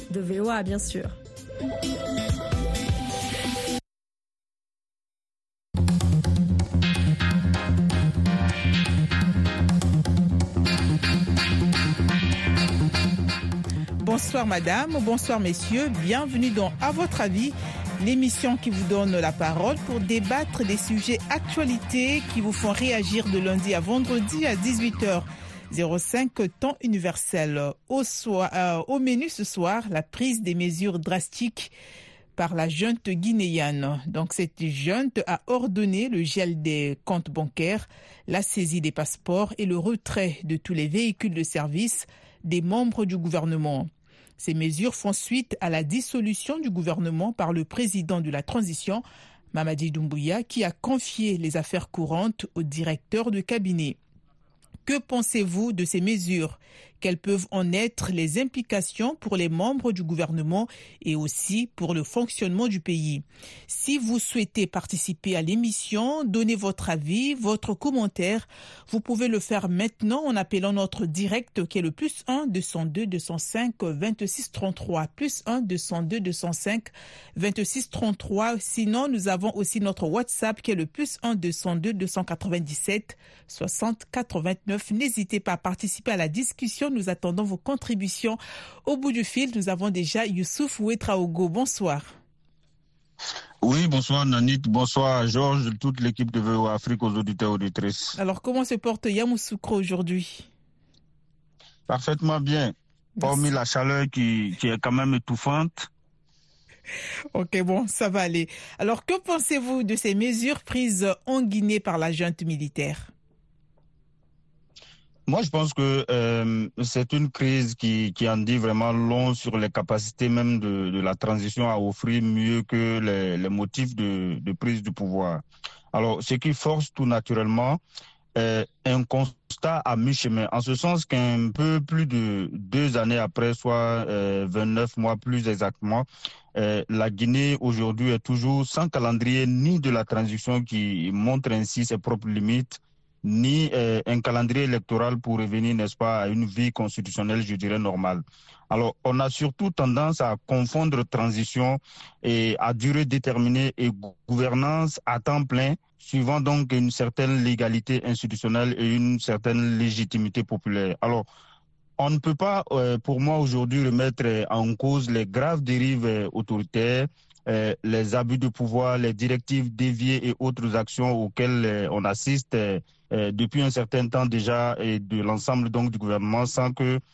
de VOA, bien sûr. Bonsoir madame, bonsoir messieurs, bienvenue dans À votre avis, l'émission qui vous donne la parole pour débattre des sujets actualités qui vous font réagir de lundi à vendredi à 18h05 temps universel. Au menu ce soir, la prise des mesures drastiques par la junte guinéenne. Donc cette junte a ordonné le gel des comptes bancaires, la saisie des passeports et le retrait de tous les véhicules de service des membres du gouvernement. Ces mesures font suite à la dissolution du gouvernement par le président de la transition, Mamadi Doumbouya, qui a confié les affaires courantes au directeur de cabinet. Que pensez-vous de ces mesures ? Quelles peuvent en être les implications pour les membres du gouvernement et aussi pour le fonctionnement du pays ? Si vous souhaitez participer à l'émission, donnez votre avis, votre commentaire. Vous pouvez le faire maintenant en appelant notre direct qui est le +1 202 205 26 33 +1 202 205 26 33. Sinon, nous avons aussi notre WhatsApp qui est le +1 202 297 60 89. N'hésitez pas à participer à la discussion. Nous attendons vos contributions. Au bout du fil, nous avons déjà Youssouf Ouetraogo. Bonsoir. Oui, bonsoir Nanit, bonsoir Georges, toute l'équipe de VOA Afrique, aux auditeurs et auditrices. Alors, comment se porte Yamoussoukro aujourd'hui ? Parfaitement bien, hormis la chaleur qui est quand même étouffante. Ok, bon, ça va aller. Alors, que pensez-vous de ces mesures prises en Guinée par la junte militaire ? Moi, je pense que c'est une crise qui en dit vraiment long sur les capacités même de la transition à offrir mieux que les motifs de prise du pouvoir. Alors, ce qui force tout naturellement un constat à mi-chemin, en ce sens qu'un peu plus de 2 années après, soit 29 mois plus exactement, la Guinée aujourd'hui est toujours sans calendrier ni de la transition qui montre ainsi ses propres limites, ni un calendrier électoral pour revenir, n'est-ce pas, à une vie constitutionnelle, je dirais, normale. Alors, on a surtout tendance à confondre transition et à durée déterminée et gouvernance à temps plein, suivant donc une certaine légalité institutionnelle et une certaine légitimité populaire. Alors, on ne peut pas, pour moi, aujourd'hui, remettre en cause les graves dérives autoritaires, les abus de pouvoir, les directives déviées et autres actions auxquelles on assiste depuis un certain temps déjà et de l'ensemble donc du gouvernement sans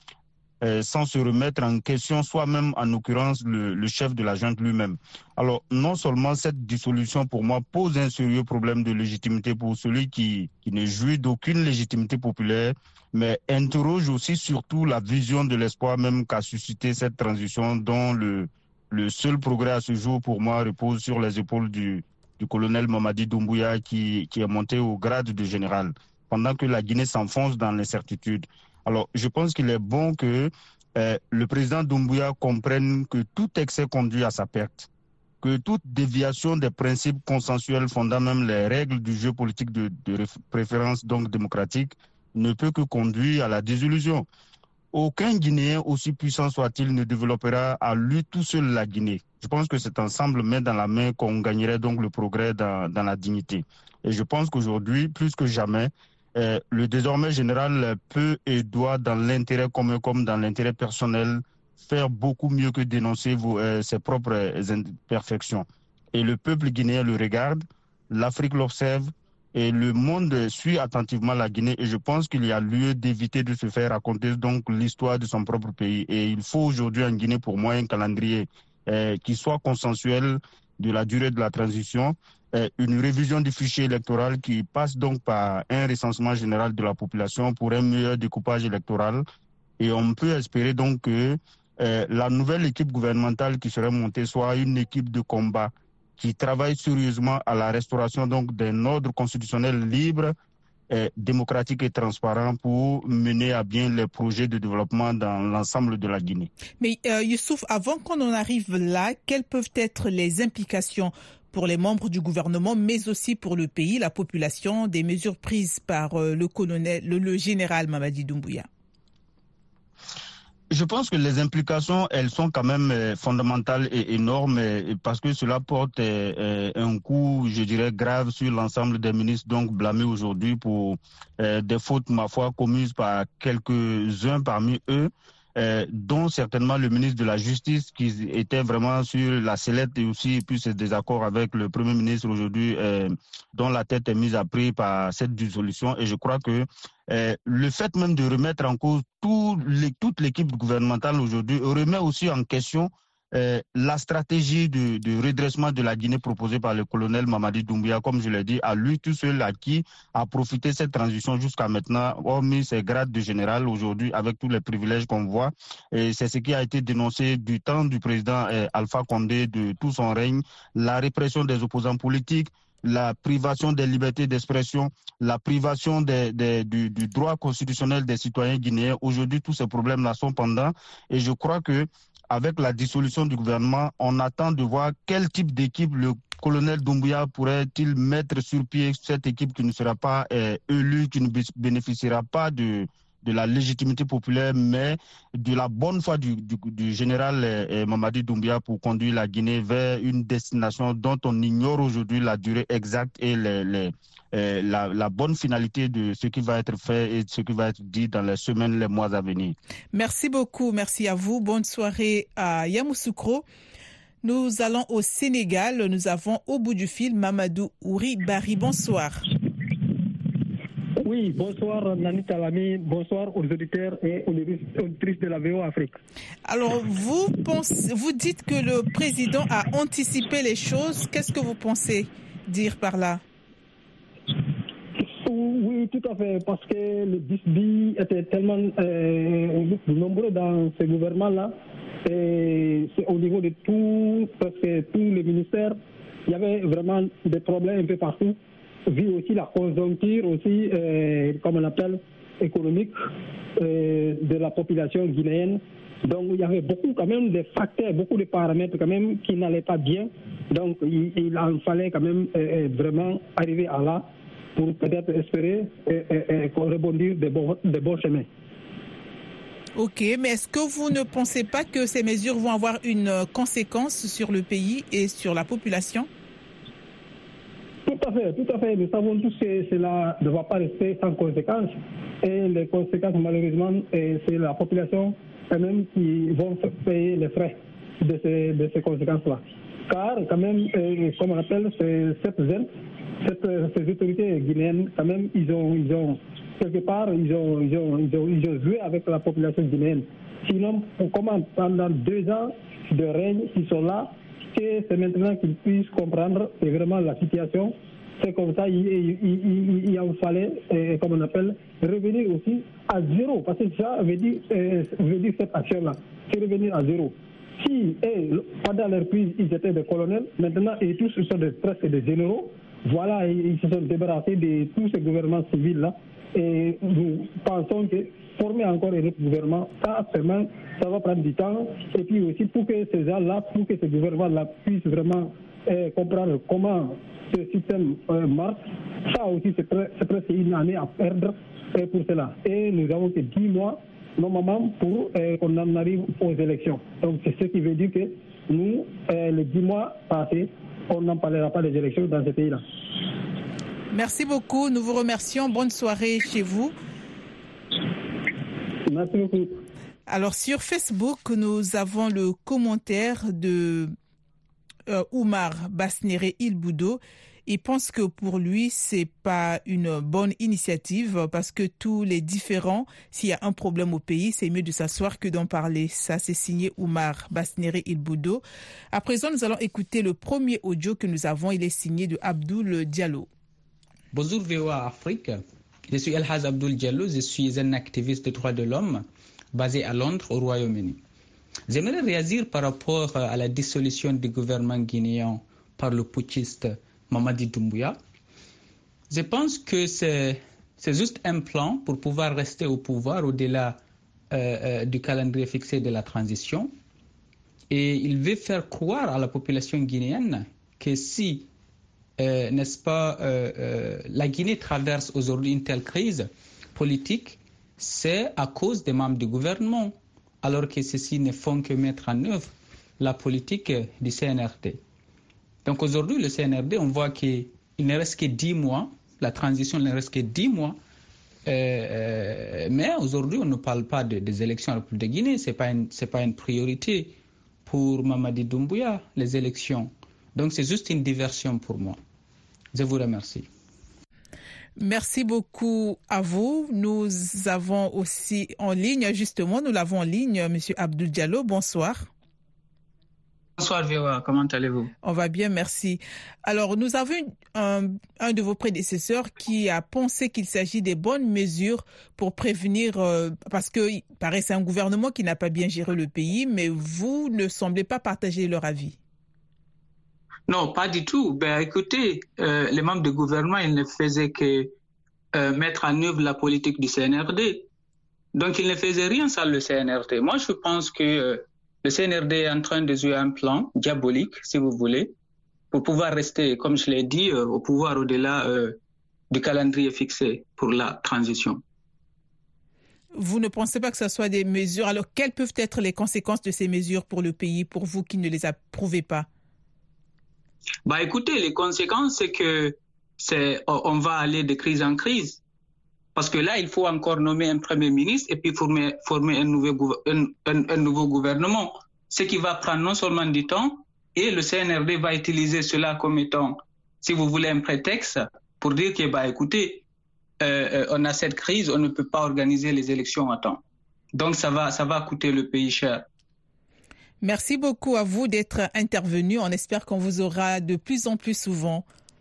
se remettre en question soi-même, en l'occurrence le chef de la junte lui-même. Alors non seulement cette dissolution pour moi pose un sérieux problème de légitimité pour celui qui ne jouit d'aucune légitimité populaire, mais interroge aussi surtout la vision de l'espoir même qu'a suscité cette transition dont le seul progrès à ce jour pour moi repose sur les épaules du colonel Mamadi Doumbouya qui est monté au grade de général, pendant que la Guinée s'enfonce dans l'incertitude. Alors, je pense qu'il est bon que le président Doumbouya comprenne que tout excès conduit à sa perte, que toute déviation des principes consensuels fondant même les règles du jeu politique de préférence donc démocratique ne peut que conduire à la désillusion. Aucun Guinéen, aussi puissant soit-il, ne développera à lui tout seul la Guinée. Je pense que c'est ensemble, main dans la main, qu'on gagnerait donc le progrès dans la dignité. Et je pense qu'aujourd'hui, plus que jamais, le désormais général peut et doit, dans l'intérêt commun comme dans l'intérêt personnel, faire beaucoup mieux que dénoncer ses propres imperfections. Et le peuple guinéen le regarde, l'Afrique l'observe, et le monde suit attentivement la Guinée et je pense qu'il y a lieu d'éviter de se faire raconter donc l'histoire de son propre pays. Et il faut aujourd'hui en Guinée pour moi un calendrier qui soit consensuel de la durée de la transition, une révision du fichier électoral qui passe donc par un recensement général de la population pour un meilleur découpage électoral. Et on peut espérer donc que la nouvelle équipe gouvernementale qui serait montée soit une équipe de combat qui travaille sérieusement à la restauration donc d'un ordre constitutionnel libre, démocratique et transparent pour mener à bien les projets de développement dans l'ensemble de la Guinée. Mais Youssouf, avant qu'on en arrive là, quelles peuvent être les implications pour les membres du gouvernement, mais aussi pour le pays, la population, des mesures prises par le général Mamadi Doumbouya? Je pense que les implications, elles sont quand même fondamentales et énormes parce que cela porte un coup, je dirais, grave sur l'ensemble des ministres, donc blâmés aujourd'hui pour des fautes, ma foi, commises par quelques-uns parmi eux, dont certainement le ministre de la Justice qui était vraiment sur la sellette et aussi puis ses désaccords avec le Premier ministre aujourd'hui, dont la tête est mise à prix par cette dissolution. Et je crois que le fait même de remettre en cause toute l'équipe gouvernementale aujourd'hui remet aussi en question la stratégie de redressement de la Guinée proposée par le colonel Mamadi Doumbouya, comme je l'ai dit, à lui tout seul à qui a profité cette transition jusqu'à maintenant, hormis ses grades de général aujourd'hui avec tous les privilèges qu'on voit. Et c'est ce qui a été dénoncé du temps du président Alpha Condé, de tout son règne, la répression des opposants politiques, la privation des libertés d'expression, la privation du droit constitutionnel des citoyens guinéens. Aujourd'hui, tous ces problèmes-là sont pendants et je crois que avec la dissolution du gouvernement, on attend de voir quel type d'équipe le colonel Doumbouya pourrait-il mettre sur pied, cette équipe qui ne sera pas élue, qui ne bénéficiera pas de la légitimité populaire, mais de la bonne foi du général Mamadi Doumbouya pour conduire la Guinée vers une destination dont on ignore aujourd'hui la durée exacte et la bonne finalité de ce qui va être fait et de ce qui va être dit dans les semaines, les mois à venir. Merci beaucoup, merci à vous. Bonne soirée à Yamoussoukro. Nous allons au Sénégal. Nous avons au bout du fil Mamadou Ouri Bari. Bonsoir. Oui, bonsoir Nani Talami, bonsoir aux auditeurs et aux auditrices de la VO Afrique. Alors, vous dites que le président a anticipé les choses. Qu'est-ce que vous pensez dire par là? Oui, tout à fait, parce que le disbi était tellement nombreux dans ce gouvernement-là. Et c'est au niveau de presque tous les ministères, il y avait vraiment des problèmes un peu partout. Vu aussi la conjoncture aussi, comme on appelle, économique de la population guinéenne. Donc il y avait beaucoup quand même de facteurs, beaucoup de paramètres quand même qui n'allaient pas bien. Donc il en fallait quand même vraiment arriver à là pour peut-être espérer rebondir de bons chemins. Ok, mais est-ce que vous ne pensez pas que ces mesures vont avoir une conséquence sur le pays et sur la population? Tout à fait. Nous savons tous que cela ne va pas rester sans conséquences. Et les conséquences, malheureusement, c'est la population elle-même qui vont payer les frais de ces conséquences-là. Car, quand même, comme on appelle, ces autorités guinéennes, quand même, ils ont quelque part, ils ont joué avec la population guinéenne. Sinon, comment pendant 2 ans de règne, ils sont là, que c'est maintenant qu'ils puissent comprendre vraiment la situation. C'est comme ça, il en fallait, comme on appelle, revenir aussi à zéro. Parce que ça veut dire cette action-là, c'est revenir à zéro. Si pendant leur prise, ils étaient des colonels, maintenant, ils tous sont presque des généraux. Voilà, ils se sont débarrassés de tous ces gouvernements civils-là. Et nous pensons que former encore un autre gouvernement, ça va prendre du temps. Et puis aussi pour que ces gens-là, pour que ce gouvernement-là puisse vraiment comprendre comment ce système marche, ça aussi c'est presque une année à perdre pour cela. Et nous avons que 10 mois normalement pour qu'on en arrive aux élections. Donc c'est ce qui veut dire que nous, les 10 mois passés, on n'en parlera pas des élections dans ce pays-là. Merci beaucoup, nous vous remercions. Bonne soirée chez vous. Merci beaucoup. Alors sur Facebook, nous avons le commentaire de Oumar Basnéré Ilboudo. Il pense que pour lui, c'est pas une bonne initiative parce que tous les différents, s'il y a un problème au pays, c'est mieux de s'asseoir que d'en parler. Ça, c'est signé Oumar Basnéré Ilboudo. À présent, nous allons écouter le premier audio que nous avons. Il est signé de Abdoul Diallo. Bonjour VOA Afrique, je suis Elhaj Abdoul Diallo, je suis un activiste des droits de l'homme basé à Londres au Royaume-Uni. J'aimerais réagir par rapport à la dissolution du gouvernement guinéen par le putschiste Mamadi Doumbouya. Je pense que c'est juste un plan pour pouvoir rester au pouvoir au-delà du calendrier fixé de la transition. Et il veut faire croire à la population guinéenne que si n'est-ce pas, la Guinée traverse aujourd'hui une telle crise politique, c'est à cause des membres du gouvernement. alors que ceux-ci ne font que mettre en œuvre la politique du CNRD. Donc aujourd'hui, le CNRD, on voit qu'il ne reste que 10 mois, la transition ne reste que 10 mois, mais aujourd'hui, on ne parle pas des élections à la République de Guinée, ce n'est pas une priorité pour Mamadi Doumbouya, les élections. Donc c'est juste une diversion pour moi. Je vous remercie. Merci beaucoup à vous. Nous avons aussi en ligne, justement, nous l'avons en ligne, M. Abdoul Diallo. Bonsoir. Bonsoir VOA, comment allez-vous? On va bien, merci. Alors, nous avons un de vos prédécesseurs qui a pensé qu'il s'agit des bonnes mesures pour prévenir, parce qu'il paraît que c'est un gouvernement qui n'a pas bien géré le pays, mais vous ne semblez pas partager leur avis. Non, pas du tout. Écoutez, les membres du gouvernement, ils ne faisaient que mettre en œuvre la politique du CNRD. Donc, ils ne faisaient rien sans le CNRD. Moi, je pense que le CNRD est en train de jouer un plan diabolique, si vous voulez, pour pouvoir rester, comme je l'ai dit, au pouvoir au-delà du calendrier fixé pour la transition. Vous ne pensez pas que ce soit des mesures? Alors, quelles peuvent être les conséquences de ces mesures pour le pays, pour vous qui ne les approuvez pas? Écoutez, les conséquences, c'est que on va aller de crise en crise. Parce que là, il faut encore nommer un Premier ministre et puis former un nouveau gouvernement. Ce qui va prendre non seulement du temps, et le CNRD va utiliser cela comme étant, si vous voulez, un prétexte pour dire que, écoutez, on a cette crise, on ne peut pas organiser les élections à temps. Donc, ça va coûter le pays cher. Merci beaucoup à vous d'être intervenu. On espère qu'on vous aura de plus en plus souvent.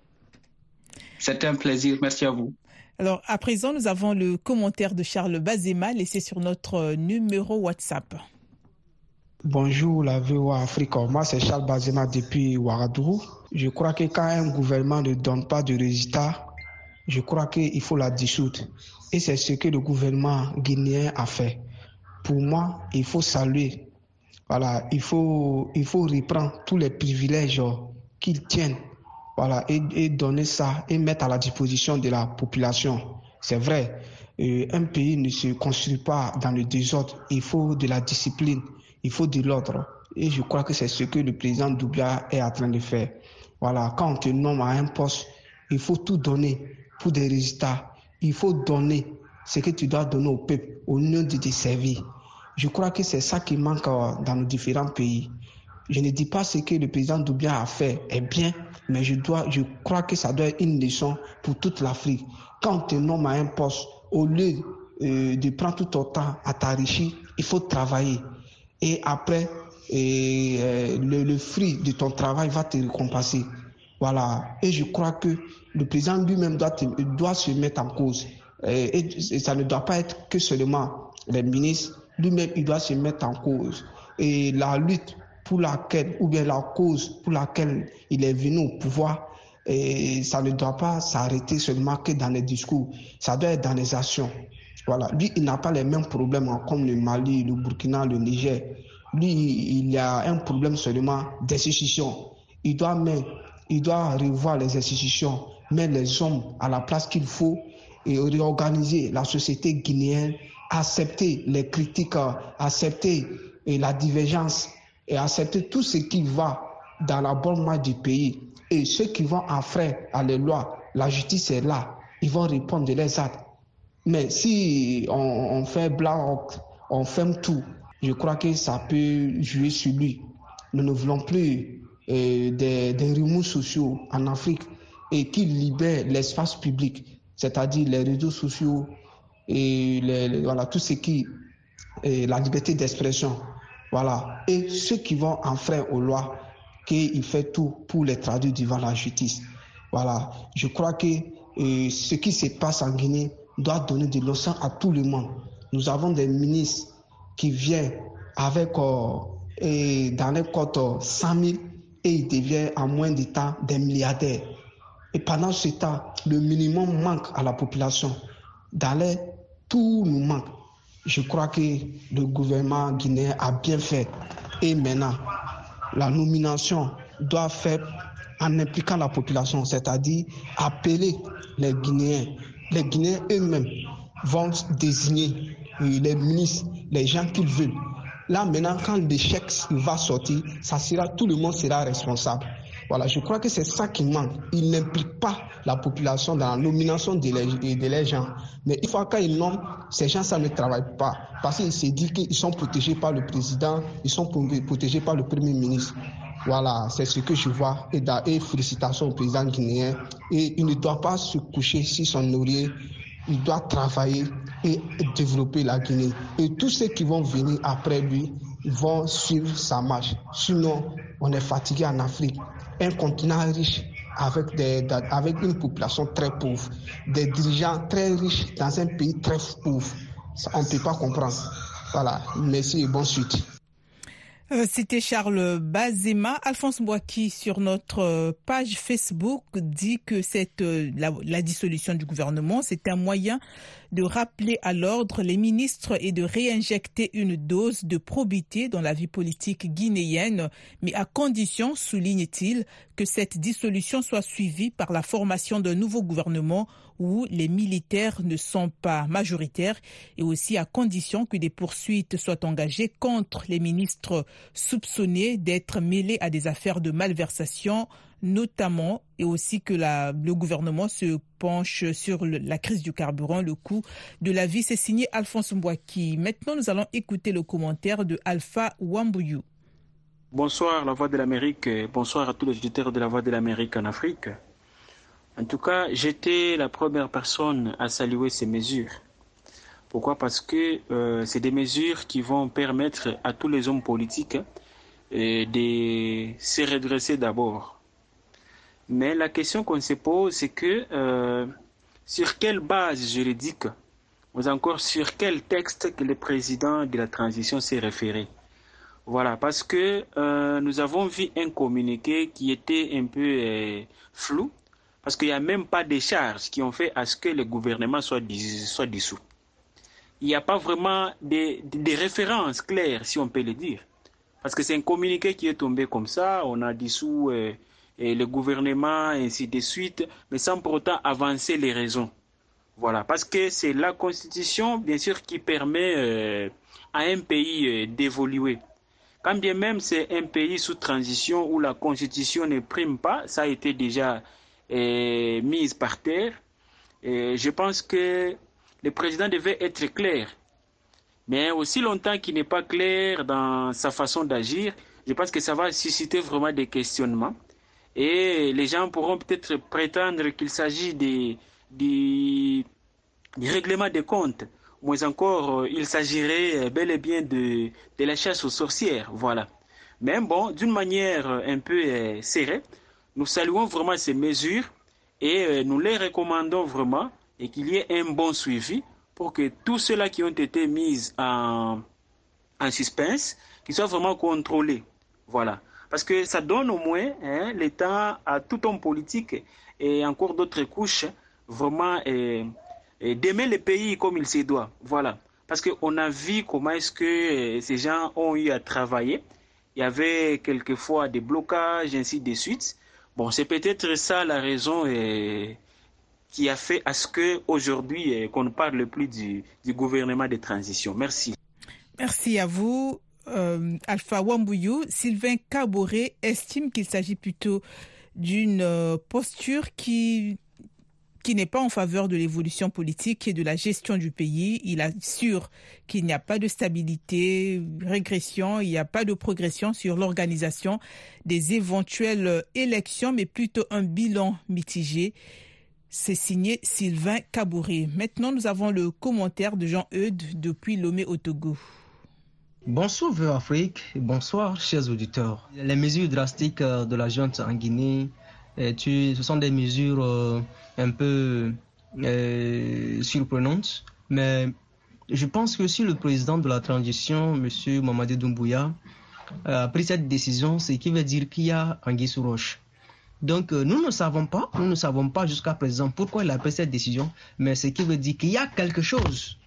C'était un plaisir. Merci à vous. Alors, à présent, nous avons le commentaire de Charles Bazema laissé sur notre numéro WhatsApp. Bonjour la VOA Afrique. Moi, c'est Charles Bazema depuis Ouagadougou. Je crois que quand un gouvernement ne donne pas de résultats, je crois qu'il faut la dissoudre. Et c'est ce que le gouvernement guinéen a fait. Pour moi, il faut saluer. Voilà, il faut reprendre tous les privilèges qu'ils tiennent. Voilà, et donner ça et mettre à la disposition de la population. C'est vrai, un pays ne se construit pas dans le désordre. Il faut de la discipline, il faut de l'ordre. Et je crois que c'est ce que le président Doumbouya est en train de faire. Voilà, quand on te nomme à un poste, il faut tout donner pour des résultats. Il faut donner ce que tu dois donner au peuple, au lieu de te servir. Je crois que c'est ça qui manque dans nos différents pays. Je ne dis pas ce que le président Doumbouya a fait est bien, mais je crois que ça doit être une leçon pour toute l'Afrique. Quand on te nomme à un poste, au lieu de prendre tout ton temps à t'enrichir, il faut travailler. Et après, le fruit de ton travail va te récompenser. Voilà. Et je crois que le président lui-même doit se mettre en cause. Et ça ne doit pas être que seulement les ministres. Lui-même, il doit se mettre en cause. Et la lutte pour laquelle, ou bien la cause pour laquelle il est venu au pouvoir, et ça ne doit pas s'arrêter seulement que dans les discours. Ça doit être dans les actions. Voilà. Lui, il n'a pas les mêmes problèmes comme le Mali, le Burkina, le Niger. Lui, il a un problème seulement d'institutions. Il doit revoir les institutions, mettre les hommes à la place qu'il faut et réorganiser la société guinéenne, accepter les critiques, accepter la divergence et accepter tout ce qui va dans la bonne marche du pays. Et ceux qui vont enfreindre à les lois, la justice est là, ils vont répondre de leurs actes. Mais si on fait blanc, on ferme tout, je crois que ça peut jouer sur lui. Nous ne voulons plus des remous sociaux en Afrique et qui libèrent l'espace public, c'est-à-dire les réseaux sociaux et voilà, tout ce qui est la liberté d'expression. Voilà. Et ceux qui vont enfreindre aux lois, qu'il fait tout pour les traduire devant la justice. Voilà. Je crois que ce qui se passe en Guinée doit donner des leçons à tout le monde. Nous avons des ministres qui viennent avec dans les cotes 100 000 et ils deviennent en moins de temps des milliardaires. Et pendant ce temps, le minimum manque à la population. Dans les tout nous manque. Je crois que le gouvernement guinéen a bien fait. Et maintenant, la nomination doit faire en impliquant la population, c'est-à-dire appeler les Guinéens. Les Guinéens eux-mêmes vont désigner les ministres, les gens qu'ils veulent. Là, maintenant, quand l'échec va sortir, tout le monde sera responsable. Voilà, je crois que c'est ça qui manque. Il n'implique pas la population dans la nomination des gens. Mais une fois qu'ils nomment, ces gens, ça ne travaille pas. Parce qu'il s'est dit qu'ils sont protégés par le président, ils sont protégés par le premier ministre. Voilà, c'est ce que je vois. Et félicitations au président guinéen. Et il ne doit pas se coucher sur son laurier. Il doit travailler et développer la Guinée. Et tous ceux qui vont venir après lui vont suivre sa marche. Sinon, on est fatigué en Afrique. Un continent riche avec une population très pauvre. Des dirigeants très riches dans un pays très pauvre. On ne peut pas comprendre. Voilà, merci et bonne suite. C'était Charles Bazema. Alphonse Boaki, sur notre page Facebook, dit que la dissolution du gouvernement, c'est un moyen de rappeler à l'ordre les ministres et de réinjecter une dose de probité dans la vie politique guinéenne, mais à condition, souligne-t-il, que cette dissolution soit suivie par la formation d'un nouveau gouvernement où les militaires ne sont pas majoritaires, et aussi à condition que des poursuites soient engagées contre les ministres soupçonnés d'être mêlés à des affaires de malversation, notamment, et aussi que le gouvernement se penche sur la crise du carburant, le coût de la vie. C'est signé Alphonse Mbouaki. Maintenant, nous allons écouter le commentaire de Alpha Wambouyou. Bonsoir, la Voix de l'Amérique. Bonsoir à tous les auditeurs de la Voix de l'Amérique en Afrique. En tout cas, j'étais la première personne à saluer ces mesures. Pourquoi ? Parce que c'est des mesures qui vont permettre à tous les hommes politiques de se redresser d'abord. Mais la question qu'on se pose, c'est que sur quelle base juridique, ou encore sur quel texte que le président de la transition s'est référé. Voilà, parce que nous avons vu un communiqué qui était un peu flou, parce qu'il n'y a même pas de charges qui ont fait à ce que le gouvernement soit dissous. Il n'y a pas vraiment de références claires, si on peut le dire. Parce que c'est un communiqué qui est tombé comme ça, on a dissous le gouvernement, ainsi de suite, mais sans pour autant avancer les raisons. Voilà, parce que c'est la Constitution, bien sûr, qui permet à un pays d'évoluer. Quand bien même c'est un pays sous transition où la Constitution ne prime pas, ça a été déjà mise par terre. Je pense que le président devait être clair. Mais aussi longtemps qu'il n'est pas clair dans sa façon d'agir, je pense que ça va susciter vraiment des questionnements. Et les gens pourront peut-être prétendre qu'il s'agit du règlement des comptes. Moins encore, il s'agirait bel et bien de la chasse aux sorcières. Voilà. Mais bon, d'une manière un peu serrée, nous saluons vraiment ces mesures et nous les recommandons vraiment et qu'il y ait un bon suivi pour que tous ceux-là qui ont été mis en suspense, qu'ils soient vraiment contrôlés. Voilà. Parce que ça donne au moins le temps à tout homme politique et encore d'autres couches vraiment d'aimer le pays comme il se doit. Voilà. Parce qu'on a vu comment est-ce que ces gens ont eu à travailler. Il y avait quelquefois des blocages, ainsi de suite. Bon, c'est peut-être ça la raison qui a fait à ce qu'aujourd'hui, qu'on ne parle plus du gouvernement de transition. Merci. Merci à vous. Alpha Wambouyou. Sylvain Kaboré estime qu'il s'agit plutôt d'une posture qui n'est pas en faveur de l'évolution politique et de la gestion du pays. Il assure qu'il n'y a pas de stabilité, régression, il n'y a pas de progression sur l'organisation des éventuelles élections, mais plutôt un bilan mitigé. C'est signé Sylvain Kaboré. Maintenant, nous avons le commentaire de Jean-Eudes depuis Lomé au Togo. Bonsoir VOA Afrique, bonsoir chers auditeurs. Les mesures drastiques de la junte en Guinée, ce sont des mesures un peu surprenantes, mais je pense que si le président de la transition, M. Mamadi Doumbouya, a pris cette décision, c'est qu'il veut dire qu'il y a anguille sous roche. Donc nous ne savons pas jusqu'à présent pourquoi il a pris cette décision, mais ce qui veut dire qu'il y a quelque chose,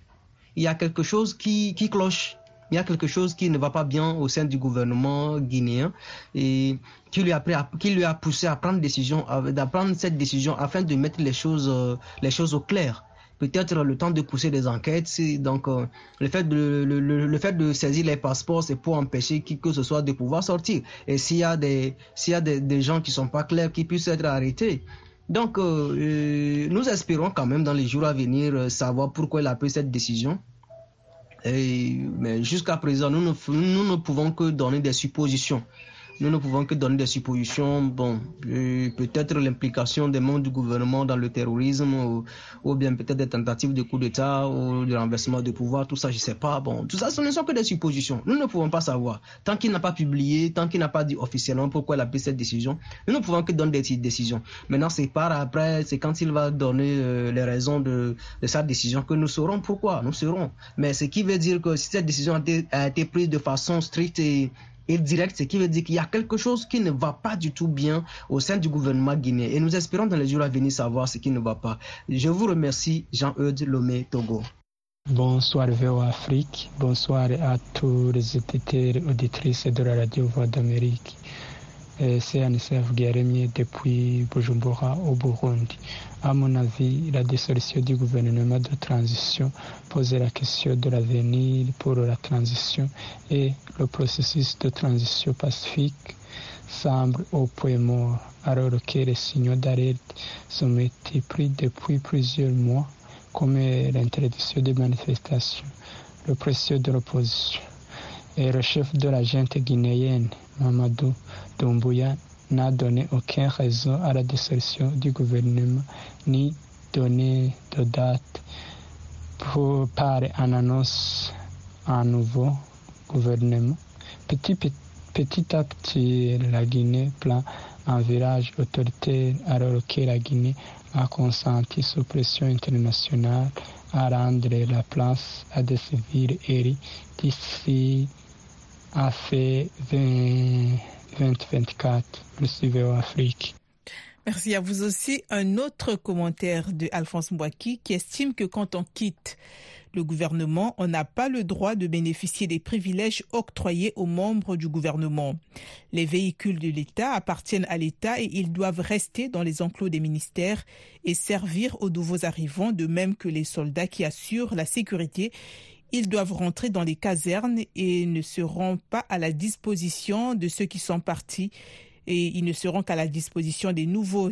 qui cloche. Il y a quelque chose qui ne va pas bien au sein du gouvernement guinéen et qui lui a poussé à prendre cette décision afin de mettre les choses au clair. peut-être le temps de pousser des enquêtes. Donc, le fait de saisir les passeports, c'est pour empêcher qui que ce soit de pouvoir sortir. Et s'il y a des gens qui ne sont pas clairs, qui puissent être arrêtés. Donc, nous espérons quand même dans les jours à venir savoir pourquoi il a pris cette décision. Mais jusqu'à présent, nous ne pouvons que donner des suppositions. Bon, peut-être l'implication des membres du gouvernement dans le terrorisme ou bien peut-être des tentatives de coup d'État ou de renversement de pouvoir, tout ça, je ne sais pas. Bon, tout ça, ce ne sont que des suppositions. Nous ne pouvons pas savoir. Tant qu'il n'a pas publié, tant qu'il n'a pas dit officiellement pourquoi il a pris cette décision, nous ne pouvons que donner des décisions. Maintenant, c'est quand il va donner les raisons de sa décision que nous saurons pourquoi, nous saurons. Mais ce qui veut dire que si cette décision a été prise de façon stricte et direct, ce qui veut dire qu'il y a quelque chose qui ne va pas du tout bien au sein du gouvernement guinéen. Et nous espérons dans les jours à venir savoir ce qui ne va pas. Je vous remercie, Jean-Eudes Lomé, Togo. Bonsoir VOA Afrique, bonsoir à tous les auditeurs et auditrices de la radio Voix d'Amérique. C'est Anisef Guérémier depuis Bujumbura au Burundi. À mon avis, la dissolution du gouvernement de transition pose la question de l'avenir pour la transition et le processus de transition pacifique semble au point mort alors que les signaux d'alerte sont multipliés depuis plusieurs mois comme l'interdiction des manifestations, le pression de l'opposition. Et le chef de la junte guinéenne, Mamadou Doumbouya, n'a donné aucune raison à la dissolution du gouvernement, ni donné de date par une annonce un nouveau gouvernement. Petit à petit, la Guinée prend un virage autoritaire alors que la Guinée a consenti sous pression internationale à rendre la place à des civils errés d'ici à fait 2024. Merci VOA Afrique. Merci à vous aussi. Un autre commentaire de Alphonse Mbouaki qui estime que quand on quitte le gouvernement, on n'a pas le droit de bénéficier des privilèges octroyés aux membres du gouvernement. Les véhicules de l'État appartiennent à l'État et ils doivent rester dans les enclos des ministères et servir aux nouveaux arrivants, de même que les soldats qui assurent la sécurité. Ils doivent rentrer dans les casernes et ne seront pas à la disposition de ceux qui sont partis. Et ils ne seront qu'à la disposition des nouveaux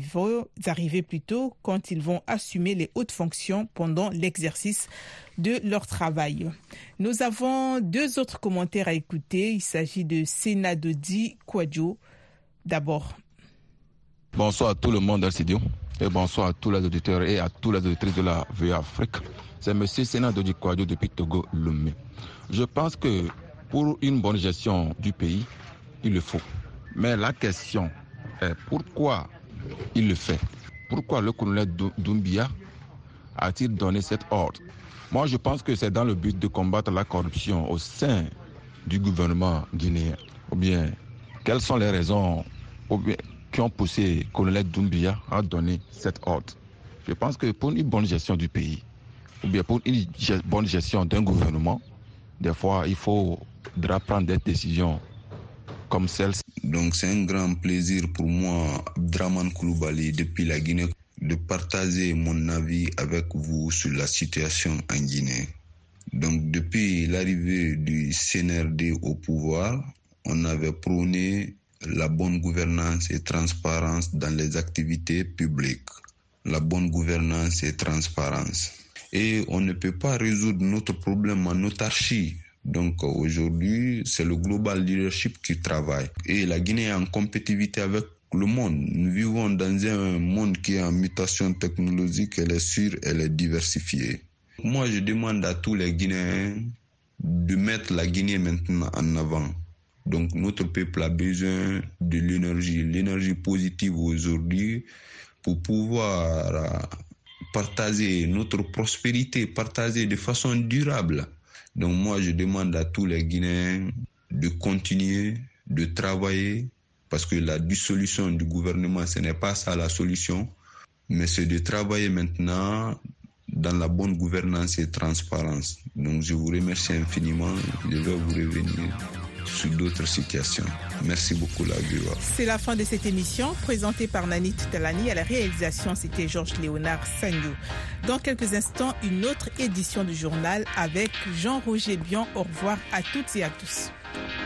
arrivés plutôt quand ils vont assumer les hautes fonctions pendant l'exercice de leur travail. Nous avons deux autres commentaires à écouter. Il s'agit de Senadodi Kwadjo. D'abord. Bonsoir à tout le monde dans le studio et bonsoir à tous les auditeurs et à tous les auditrices de la VOA Afrique. C'est M. Senadodi Kwadjo depuis Togo, Lomé. Je pense que pour une bonne gestion du pays, il le faut. Mais la question est pourquoi il le fait? Pourquoi le colonel Doumbouya a-t-il donné cet ordre? Moi, je pense que c'est dans le but de combattre la corruption au sein du gouvernement guinéen. Ou bien, quelles sont les raisons qui ont poussé le colonel Doumbouya à donner cet ordre? Je pense que pour une bonne gestion du pays, ou bien pour une bonne gestion d'un gouvernement, des fois, il faudra prendre des décisions comme celle-ci. Donc c'est un grand plaisir pour moi, Abdraman Koulibaly, depuis la Guinée, de partager mon avis avec vous sur la situation en Guinée. Donc depuis l'arrivée du CNRD au pouvoir, on avait prôné la bonne gouvernance et transparence dans les activités publiques. La bonne gouvernance et transparence. Et on ne peut pas résoudre notre problème en autarcie. Donc aujourd'hui, c'est le global leadership qui travaille. Et la Guinée est en compétitivité avec le monde. Nous vivons dans un monde qui est en mutation technologique, elle est sûre, elle est diversifiée. Moi, je demande à tous les Guinéens de mettre la Guinée maintenant en avant. Donc notre peuple a besoin de l'énergie positive aujourd'hui pour pouvoir partager notre prospérité, partager de façon durable. Donc moi, je demande à tous les Guinéens de continuer, de travailler, parce que la dissolution du gouvernement, ce n'est pas ça la solution, mais c'est de travailler maintenant dans la bonne gouvernance et transparence. Donc je vous remercie infiniment, je vais vous revenir. sur d'autres situations. Merci beaucoup la VOA. C'est la fin de cette émission présentée par Nani Talani. À la réalisation, c'était Georges Léonard Sagnou. Dans quelques instants, une autre édition du journal avec Jean-Roger Bion. Au revoir à toutes et à tous.